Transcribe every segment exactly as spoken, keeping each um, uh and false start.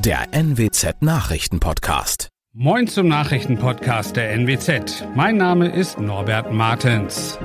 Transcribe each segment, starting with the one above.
der N W Z-Nachrichten-Podcast. Moin zum Nachrichtenpodcast der N W Z. Mein Name ist Norbert Martens.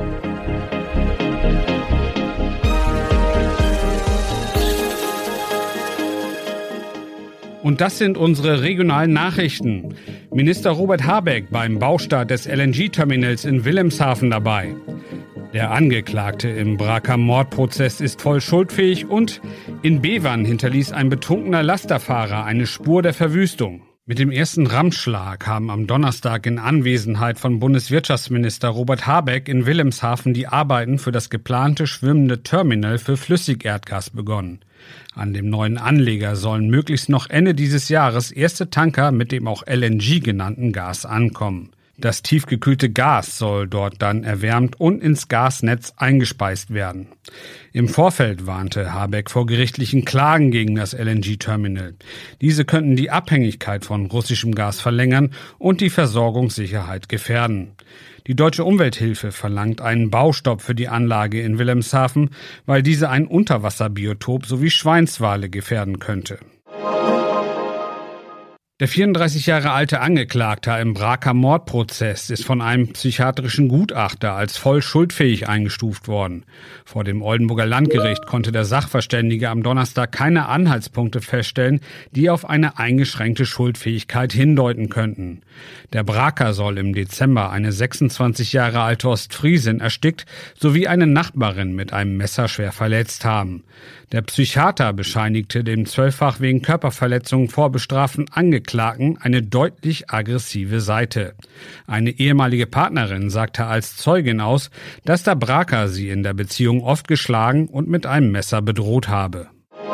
Und das sind unsere regionalen Nachrichten. Minister Robert Habeck beim Baustart des L N G-Terminals in Wilhelmshaven dabei. Der Angeklagte im Braca-Mordprozess ist voll schuldfähig und in Bevern hinterließ ein betrunkener Lasterfahrer eine Spur der Verwüstung. Mit dem ersten Ramschlag haben am Donnerstag in Anwesenheit von Bundeswirtschaftsminister Robert Habeck in Wilhelmshaven die Arbeiten für das geplante schwimmende Terminal für Flüssigerdgas begonnen. An dem neuen Anleger sollen möglichst noch Ende dieses Jahres erste Tanker mit dem auch L N G genannten Gas ankommen. Das tiefgekühlte Gas soll dort dann erwärmt und ins Gasnetz eingespeist werden. Im Vorfeld warnte Habeck vor gerichtlichen Klagen gegen das L N G-Terminal. Diese könnten die Abhängigkeit von russischem Gas verlängern und die Versorgungssicherheit gefährden. Die Deutsche Umwelthilfe verlangt einen Baustopp für die Anlage in Wilhelmshaven, weil diese ein Unterwasserbiotop sowie Schweinswale gefährden könnte. Der vierunddreißig Jahre alte Angeklagte im Braca-Mordprozess ist von einem psychiatrischen Gutachter als voll schuldfähig eingestuft worden. Vor dem Oldenburger Landgericht konnte der Sachverständige am Donnerstag keine Anhaltspunkte feststellen, die auf eine eingeschränkte Schuldfähigkeit hindeuten könnten. Der Braca soll im Dezember eine sechsundzwanzig Jahre alte Ostfriesin erstickt sowie eine Nachbarin mit einem Messer schwer verletzt haben. Der Psychiater bescheinigte dem zwölffach wegen Körperverletzungen vorbestraften Angeklagten eine deutlich aggressive Seite. Eine ehemalige Partnerin sagte als Zeugin aus, dass der Braca sie in der Beziehung oft geschlagen und mit einem Messer bedroht habe.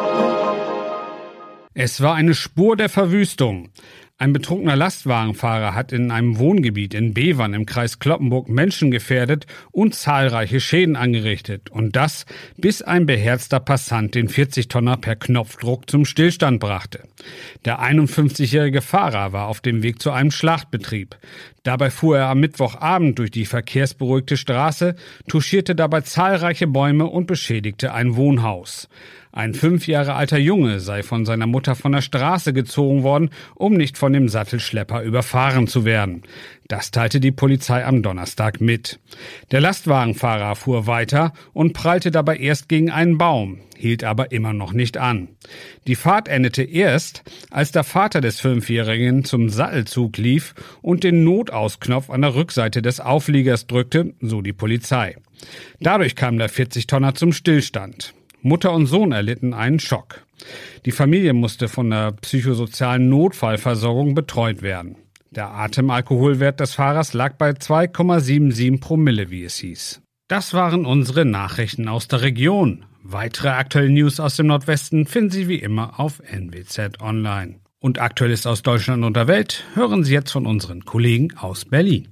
Es war eine Spur der Verwüstung. Ein betrunkener Lastwagenfahrer hat in einem Wohngebiet in Bevern im Kreis Cloppenburg Menschen gefährdet und zahlreiche Schäden angerichtet. Und das, bis ein beherzter Passant den vierzig-Tonner per Knopfdruck zum Stillstand brachte. Der einundfünfzigjährige Fahrer war auf dem Weg zu einem Schlachtbetrieb. Dabei fuhr er am Mittwochabend durch die verkehrsberuhigte Straße, touchierte dabei zahlreiche Bäume und beschädigte ein Wohnhaus. Ein fünf Jahre alter Junge sei von seiner Mutter von der Straße gezogen worden, um nicht von dem Sattelschlepper überfahren zu werden. Das teilte die Polizei am Donnerstag mit. Der Lastwagenfahrer fuhr weiter und prallte dabei erst gegen einen Baum, hielt aber immer noch nicht an. Die Fahrt endete erst, als der Vater des Fünfjährigen zum Sattelzug lief und den Notausknopf an der Rückseite des Aufliegers drückte, so die Polizei. Dadurch kam der vierzig-Tonner zum Stillstand. Mutter und Sohn erlitten einen Schock. Die Familie musste von der psychosozialen Notfallversorgung betreut werden. Der Atemalkoholwert des Fahrers lag bei zwei Komma siebenundsiebzig Promille, wie es hieß. Das waren unsere Nachrichten aus der Region. Weitere aktuelle News aus dem Nordwesten finden Sie wie immer auf N W Z Online. Und Aktuelles aus Deutschland und der Welt hören Sie jetzt von unseren Kollegen aus Berlin.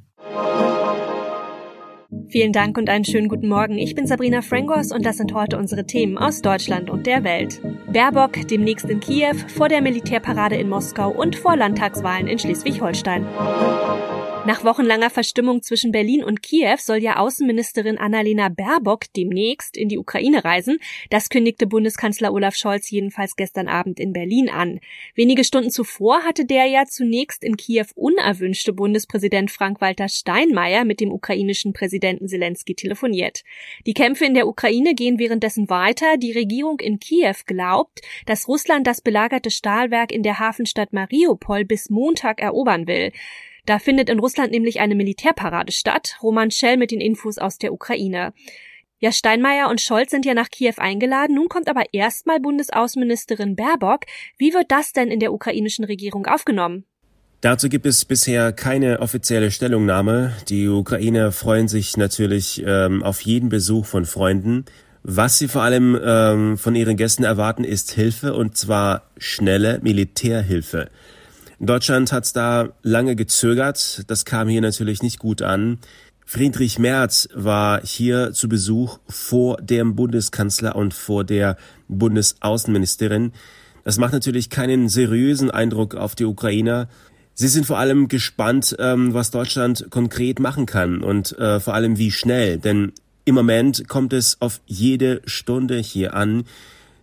Vielen Dank und einen schönen guten Morgen. Ich bin Sabrina Frangos und das sind heute unsere Themen aus Deutschland und der Welt. Baerbock demnächst in Kiew, vor der Militärparade in Moskau und vor Landtagswahlen in Schleswig-Holstein. Nach wochenlanger Verstimmung zwischen Berlin und Kiew soll ja Außenministerin Annalena Baerbock demnächst in die Ukraine reisen. Das kündigte Bundeskanzler Olaf Scholz jedenfalls gestern Abend in Berlin an. Wenige Stunden zuvor hatte der ja zunächst in Kiew unerwünschte Bundespräsident Frank-Walter Steinmeier mit dem ukrainischen Präsidenten Selenskyj telefoniert. Die Kämpfe in der Ukraine gehen währenddessen weiter. Die Regierung in Kiew glaubt, dass Russland das belagerte Stahlwerk in der Hafenstadt Mariupol bis Montag erobern will. Da findet in Russland nämlich eine Militärparade statt. Roman Schell mit den Infos aus der Ukraine. Ja, Steinmeier und Scholz sind ja nach Kiew eingeladen. Nun kommt aber erstmal Bundesaußenministerin Baerbock. Wie wird das denn in der ukrainischen Regierung aufgenommen? Dazu gibt es bisher keine offizielle Stellungnahme. Die Ukrainer freuen sich natürlich ähm, auf jeden Besuch von Freunden. Was sie vor allem ähm, von ihren Gästen erwarten, ist Hilfe, und zwar schnelle Militärhilfe. Deutschland hat da lange gezögert. Das kam hier natürlich nicht gut an. Friedrich Merz war hier zu Besuch vor dem Bundeskanzler und vor der Bundesaußenministerin. Das macht natürlich keinen seriösen Eindruck auf die Ukrainer. Sie sind vor allem gespannt, ähm, was Deutschland konkret machen kann und äh, vor allem wie schnell. Denn im Moment kommt es auf jede Stunde hier an.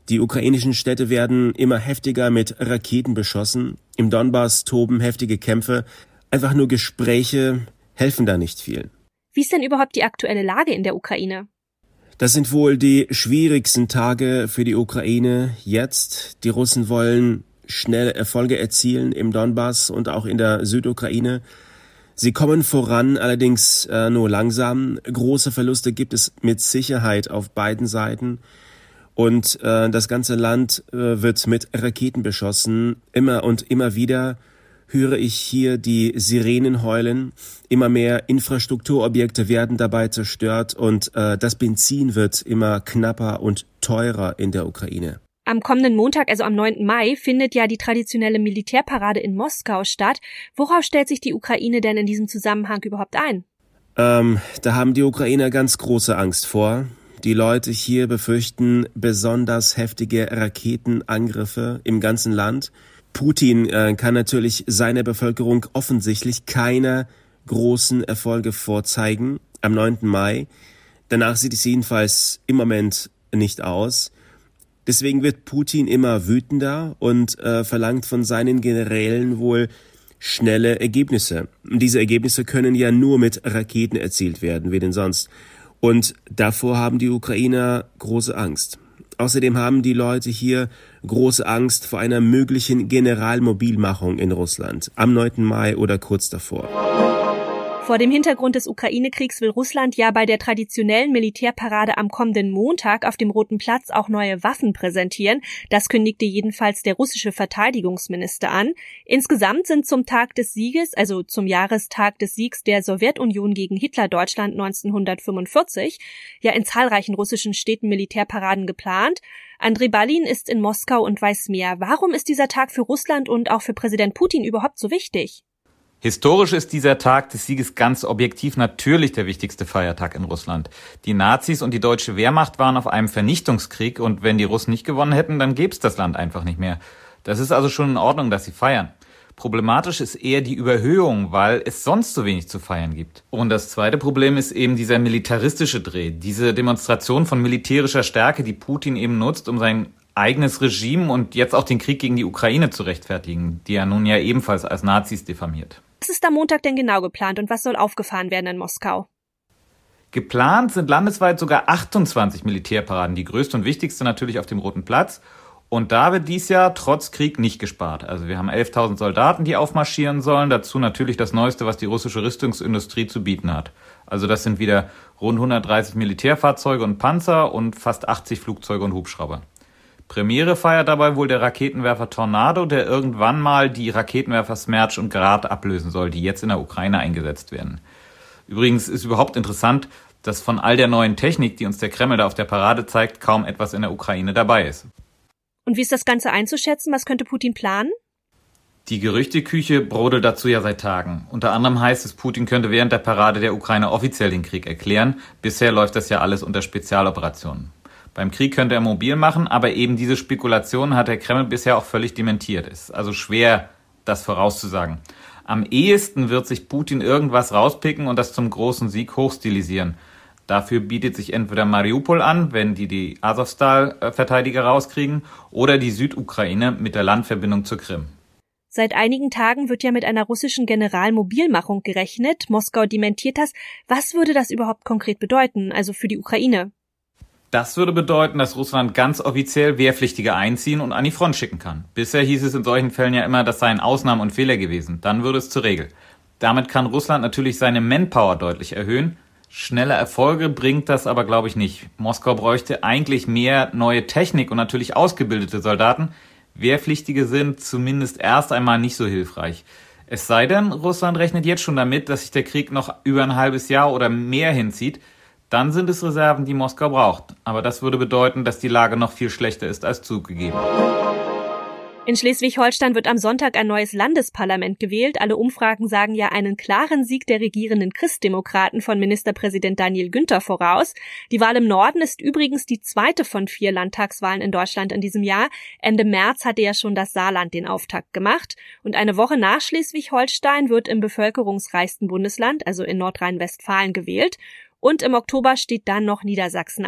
Die ukrainischen Städte werden immer heftiger mit Raketen beschossen. Im Donbass toben heftige Kämpfe. Einfach nur Gespräche helfen da nicht viel. Wie ist denn überhaupt die aktuelle Lage in der Ukraine? Das sind wohl die schwierigsten Tage für die Ukraine jetzt. Die Russen wollen schnelle Erfolge erzielen im Donbass und auch in der Südukraine. Sie kommen voran, allerdings äh, nur langsam. Große Verluste gibt es mit Sicherheit auf beiden Seiten. Und äh, das ganze Land äh, wird mit Raketen beschossen. Immer und immer wieder höre ich hier die Sirenen heulen. Immer mehr Infrastrukturobjekte werden dabei zerstört und äh, das Benzin wird immer knapper und teurer in der Ukraine. Am kommenden Montag, also am neunten Mai, findet ja die traditionelle Militärparade in Moskau statt. Worauf stellt sich die Ukraine denn in diesem Zusammenhang überhaupt ein? Ähm, da haben die Ukrainer ganz große Angst vor. Die Leute hier befürchten besonders heftige Raketenangriffe im ganzen Land. Putin äh, kann natürlich seiner Bevölkerung offensichtlich keine großen Erfolge vorzeigen am neunten Mai. Danach sieht es jedenfalls im Moment nicht aus. Deswegen wird Putin immer wütender und äh, verlangt von seinen Generälen wohl schnelle Ergebnisse. Diese Ergebnisse können ja nur mit Raketen erzielt werden, wie denn sonst. Und davor haben die Ukrainer große Angst. Außerdem haben die Leute hier große Angst vor einer möglichen Generalmobilmachung in Russland am neunten Mai oder kurz davor. Vor dem Hintergrund des Ukraine-Kriegs will Russland ja bei der traditionellen Militärparade am kommenden Montag auf dem Roten Platz auch neue Waffen präsentieren. Das kündigte jedenfalls der russische Verteidigungsminister an. Insgesamt sind zum Tag des Sieges, also zum Jahrestag des Siegs der Sowjetunion gegen Hitler-Deutschland neunzehnhundertfünfundvierzig, ja in zahlreichen russischen Städten Militärparaden geplant. Andrei Balin ist in Moskau und weiß mehr. Warum ist dieser Tag für Russland und auch für Präsident Putin überhaupt so wichtig? Historisch ist dieser Tag des Sieges ganz objektiv natürlich der wichtigste Feiertag in Russland. Die Nazis und die deutsche Wehrmacht waren auf einem Vernichtungskrieg und wenn die Russen nicht gewonnen hätten, dann gäbe es das Land einfach nicht mehr. Das ist also schon in Ordnung, dass sie feiern. Problematisch ist eher die Überhöhung, weil es sonst so wenig zu feiern gibt. Und das zweite Problem ist eben dieser militaristische Dreh, diese Demonstration von militärischer Stärke, die Putin eben nutzt, um sein eigenes Regime und jetzt auch den Krieg gegen die Ukraine zu rechtfertigen, die er nun ja ebenfalls als Nazis diffamiert. Was ist am Montag denn genau geplant und was soll aufgefahren werden in Moskau? Geplant sind landesweit sogar achtundzwanzig Militärparaden, die größte und wichtigste natürlich auf dem Roten Platz. Und da wird dies Jahr trotz Krieg nicht gespart. Also wir haben elftausend Soldaten, die aufmarschieren sollen. Dazu natürlich das Neueste, was die russische Rüstungsindustrie zu bieten hat. Also das sind wieder rund hundertdreißig Militärfahrzeuge und Panzer und fast achtzig Flugzeuge und Hubschrauber. Premiere feiert dabei wohl der Raketenwerfer Tornado, der irgendwann mal die Raketenwerfer Smerch und Grad ablösen soll, die jetzt in der Ukraine eingesetzt werden. Übrigens ist überhaupt interessant, dass von all der neuen Technik, die uns der Kreml da auf der Parade zeigt, kaum etwas in der Ukraine dabei ist. Und wie ist das Ganze einzuschätzen? Was könnte Putin planen? Die Gerüchteküche brodelt dazu ja seit Tagen. Unter anderem heißt es, Putin könnte während der Parade der Ukraine offiziell den Krieg erklären. Bisher läuft das ja alles unter Spezialoperationen. Beim Krieg könnte er mobil machen, aber eben diese Spekulationen hat der Kreml bisher auch völlig dementiert. Es ist also schwer, das vorauszusagen. Am ehesten wird sich Putin irgendwas rauspicken und das zum großen Sieg hochstilisieren. Dafür bietet sich entweder Mariupol an, wenn die die Asowstal-Verteidiger rauskriegen, oder die Südukraine mit der Landverbindung zur Krim. Seit einigen Tagen wird ja mit einer russischen Generalmobilmachung gerechnet. Moskau dementiert das. Was würde das überhaupt konkret bedeuten, also für die Ukraine? Das würde bedeuten, dass Russland ganz offiziell Wehrpflichtige einziehen und an die Front schicken kann. Bisher hieß es in solchen Fällen ja immer, das seien Ausnahmen und Fehler gewesen. Dann würde es zur Regel. Damit kann Russland natürlich seine Manpower deutlich erhöhen. Schnelle Erfolge bringt das aber, glaube ich, nicht. Moskau bräuchte eigentlich mehr neue Technik und natürlich ausgebildete Soldaten. Wehrpflichtige sind zumindest erst einmal nicht so hilfreich. Es sei denn, Russland rechnet jetzt schon damit, dass sich der Krieg noch über ein halbes Jahr oder mehr hinzieht. Dann sind es Reserven, die Moskau braucht. Aber das würde bedeuten, dass die Lage noch viel schlechter ist als zugegeben. In Schleswig-Holstein wird am Sonntag ein neues Landesparlament gewählt. Alle Umfragen sagen ja einen klaren Sieg der regierenden Christdemokraten von Ministerpräsident Daniel Günther voraus. Die Wahl im Norden ist übrigens die zweite von vier Landtagswahlen in Deutschland in diesem Jahr. Ende März hatte ja schon das Saarland den Auftakt gemacht. Und eine Woche nach Schleswig-Holstein wird im bevölkerungsreichsten Bundesland, also in Nordrhein-Westfalen, gewählt. Und im Oktober steht dann noch Niedersachsen an.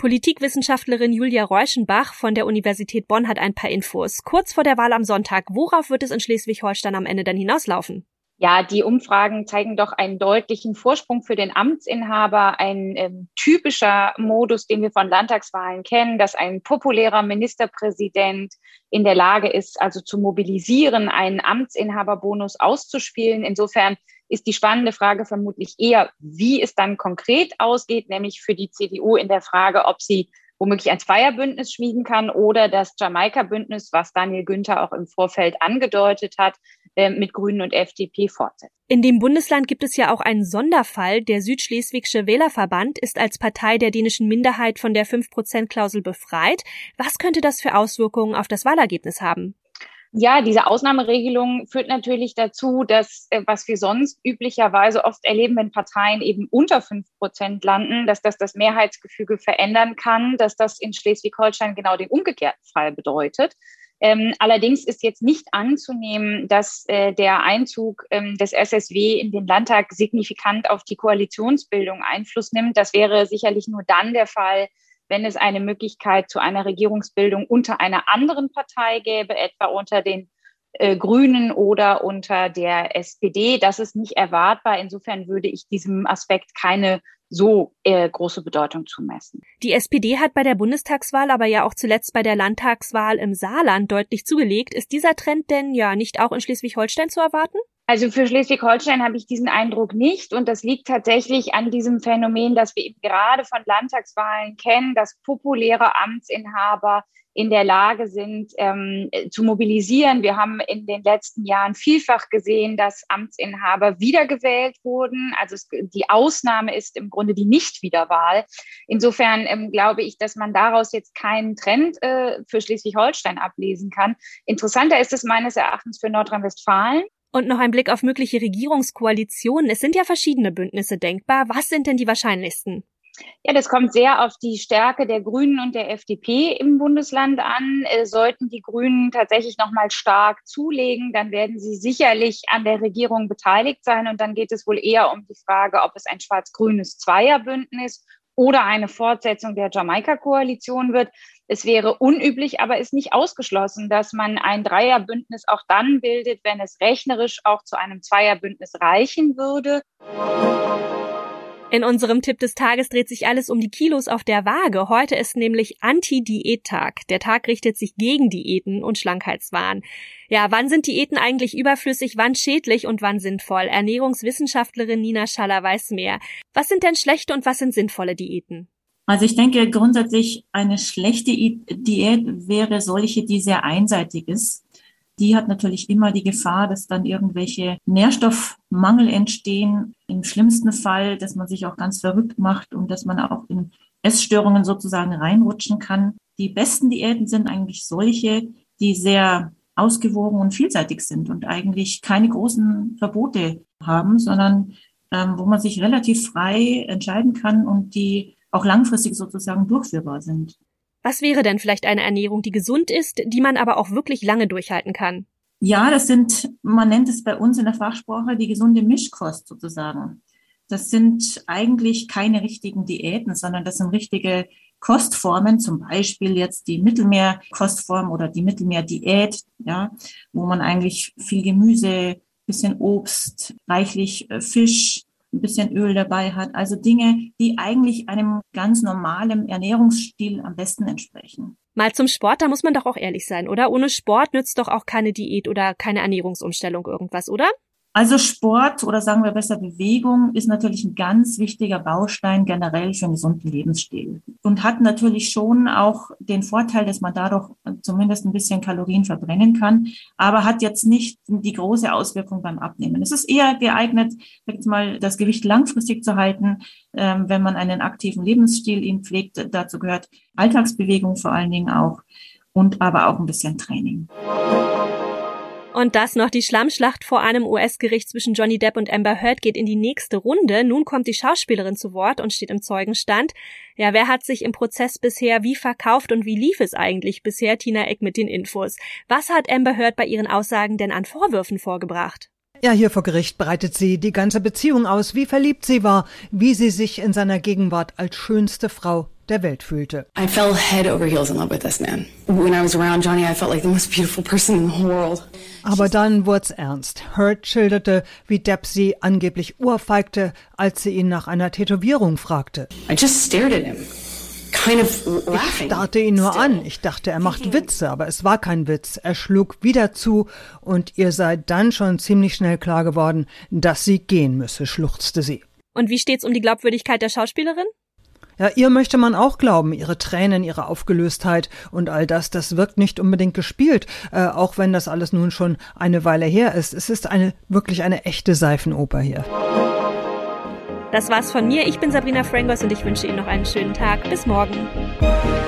Politikwissenschaftlerin Julia Reuschenbach von der Universität Bonn hat ein paar Infos. Kurz vor der Wahl am Sonntag, worauf wird es in Schleswig-Holstein am Ende dann hinauslaufen? Ja, die Umfragen zeigen doch einen deutlichen Vorsprung für den Amtsinhaber. Ein ähm, typischer Modus, den wir von Landtagswahlen kennen, dass ein populärer Ministerpräsident in der Lage ist, also zu mobilisieren, einen Amtsinhaberbonus auszuspielen. Insofern ist die spannende Frage vermutlich eher, wie es dann konkret ausgeht, nämlich für die C D U in der Frage, ob sie womöglich ein Zweierbündnis schmieden kann oder das Jamaika-Bündnis, was Daniel Günther auch im Vorfeld angedeutet hat, mit Grünen und F D P fortsetzt. In dem Bundesland gibt es ja auch einen Sonderfall. Der Südschleswigsche Wählerverband ist als Partei der dänischen Minderheit von der fünf Prozent Klausel befreit. Was könnte das für Auswirkungen auf das Wahlergebnis haben? Ja, diese Ausnahmeregelung führt natürlich dazu, dass, was wir sonst üblicherweise oft erleben, wenn Parteien eben unter fünf Prozent landen, dass das das Mehrheitsgefüge verändern kann, dass das in Schleswig-Holstein genau den umgekehrten Fall bedeutet. Ähm, allerdings ist jetzt nicht anzunehmen, dass äh, der Einzug ähm, des S S W in den Landtag signifikant auf die Koalitionsbildung Einfluss nimmt. Das wäre sicherlich nur dann der Fall, wenn es eine Möglichkeit zu einer Regierungsbildung unter einer anderen Partei gäbe, etwa unter den äh, Grünen oder unter der S P D. Das ist nicht erwartbar. Insofern würde ich diesem Aspekt keine so äh, große Bedeutung zumessen. Die S P D hat bei der Bundestagswahl, aber ja auch zuletzt bei der Landtagswahl im Saarland deutlich zugelegt. Ist dieser Trend denn ja nicht auch in Schleswig-Holstein zu erwarten? Also für Schleswig-Holstein habe ich diesen Eindruck nicht. Und das liegt tatsächlich an diesem Phänomen, das wir eben gerade von Landtagswahlen kennen, dass populäre Amtsinhaber in der Lage sind, ähm, zu mobilisieren. Wir haben in den letzten Jahren vielfach gesehen, dass Amtsinhaber wiedergewählt wurden. Also es, die Ausnahme ist im Grunde die Nichtwiederwahl. Insofern ähm, glaube ich, dass man daraus jetzt keinen Trend äh, für Schleswig-Holstein ablesen kann. Interessanter ist es meines Erachtens für Nordrhein-Westfalen. Und noch ein Blick auf mögliche Regierungskoalitionen. Es sind ja verschiedene Bündnisse denkbar. Was sind denn die wahrscheinlichsten? Ja, das kommt sehr auf die Stärke der Grünen und der F D P im Bundesland an. Äh, sollten die Grünen tatsächlich noch mal stark zulegen, dann werden sie sicherlich an der Regierung beteiligt sein. Und dann geht es wohl eher um die Frage, ob es ein schwarz-grünes Zweierbündnis oder eine Fortsetzung der Jamaika-Koalition wird. Es wäre unüblich, aber ist nicht ausgeschlossen, dass man ein Dreierbündnis auch dann bildet, wenn es rechnerisch auch zu einem Zweierbündnis reichen würde. In unserem Tipp des Tages dreht sich alles um die Kilos auf der Waage. Heute ist nämlich Anti-Diät-Tag. Der Tag richtet sich gegen Diäten und Schlankheitswahn. Ja, wann sind Diäten eigentlich überflüssig, wann schädlich und wann sinnvoll? Ernährungswissenschaftlerin Nina Schaller weiß mehr. Was sind denn schlechte und was sind sinnvolle Diäten? Also ich denke grundsätzlich, eine schlechte Diät wäre solche, die sehr einseitig ist. Die hat natürlich immer die Gefahr, dass dann irgendwelche Nährstoffmangel entstehen. Im schlimmsten Fall, dass man sich auch ganz verrückt macht und dass man auch in Essstörungen sozusagen reinrutschen kann. Die besten Diäten sind eigentlich solche, die sehr ausgewogen und vielseitig sind und eigentlich keine großen Verbote haben, sondern ähm, wo man sich relativ frei entscheiden kann und die auch langfristig sozusagen durchführbar sind. Was wäre denn vielleicht eine Ernährung, die gesund ist, die man aber auch wirklich lange durchhalten kann? Ja, das sind, man nennt es bei uns in der Fachsprache die gesunde Mischkost sozusagen. Das sind eigentlich keine richtigen Diäten, sondern das sind richtige Kostformen, zum Beispiel jetzt die Mittelmeerkostform oder die Mittelmeerdiät, ja, wo man eigentlich viel Gemüse, bisschen Obst, reichlich Fisch, ein bisschen Öl dabei hat. Also Dinge, die eigentlich einem ganz normalen Ernährungsstil am besten entsprechen. Mal zum Sport, da muss man doch auch ehrlich sein, oder? Ohne Sport nützt doch auch keine Diät oder keine Ernährungsumstellung irgendwas, oder? Also Sport oder sagen wir besser Bewegung ist natürlich ein ganz wichtiger Baustein generell für einen gesunden Lebensstil und hat natürlich schon auch den Vorteil, dass man dadurch zumindest ein bisschen Kalorien verbrennen kann, aber hat jetzt nicht die große Auswirkung beim Abnehmen. Es ist eher geeignet, jetzt mal das Gewicht langfristig zu halten, ähm, wenn man einen aktiven Lebensstil ihn pflegt. Dazu gehört Alltagsbewegung vor allen Dingen auch und aber auch ein bisschen Training. Und das noch, die Schlammschlacht vor einem U S-Gericht zwischen Johnny Depp und Amber Heard geht in die nächste Runde. Nun kommt die Schauspielerin zu Wort und steht im Zeugenstand. Ja, wer hat sich im Prozess bisher wie verkauft und wie lief es eigentlich bisher? Tina Eck mit den Infos. Was hat Amber Heard bei ihren Aussagen denn an Vorwürfen vorgebracht? Ja, hier vor Gericht breitet sie die ganze Beziehung aus, wie verliebt sie war, wie sie sich in seiner Gegenwart als schönste Frau der Welt fühlte. I fell head over heels in love with this man. When I was around Johnny, I felt like the most beautiful person in the whole world. Aber dann wurd's ernst. Hurt schilderte, wie Depp sie angeblich ohrfeigte, als sie ihn nach einer Tätowierung fragte. I just stared at him. Kind of ich starrte ihn nur an. Ich dachte, er macht Witze, aber es war kein Witz. Er schlug wieder zu und ihr sei dann schon ziemlich schnell klar geworden, dass sie gehen müsse, schluchzte sie. Und wie steht's um die Glaubwürdigkeit der Schauspielerin? Ja, ihr möchte man auch glauben, ihre Tränen, ihre Aufgelöstheit und all das, das wirkt nicht unbedingt gespielt, äh, auch wenn das alles nun schon eine Weile her ist. Es ist eine wirklich eine echte Seifenoper hier. Das war's von mir. Ich bin Sabrina Frangos und ich wünsche Ihnen noch einen schönen Tag. Bis morgen.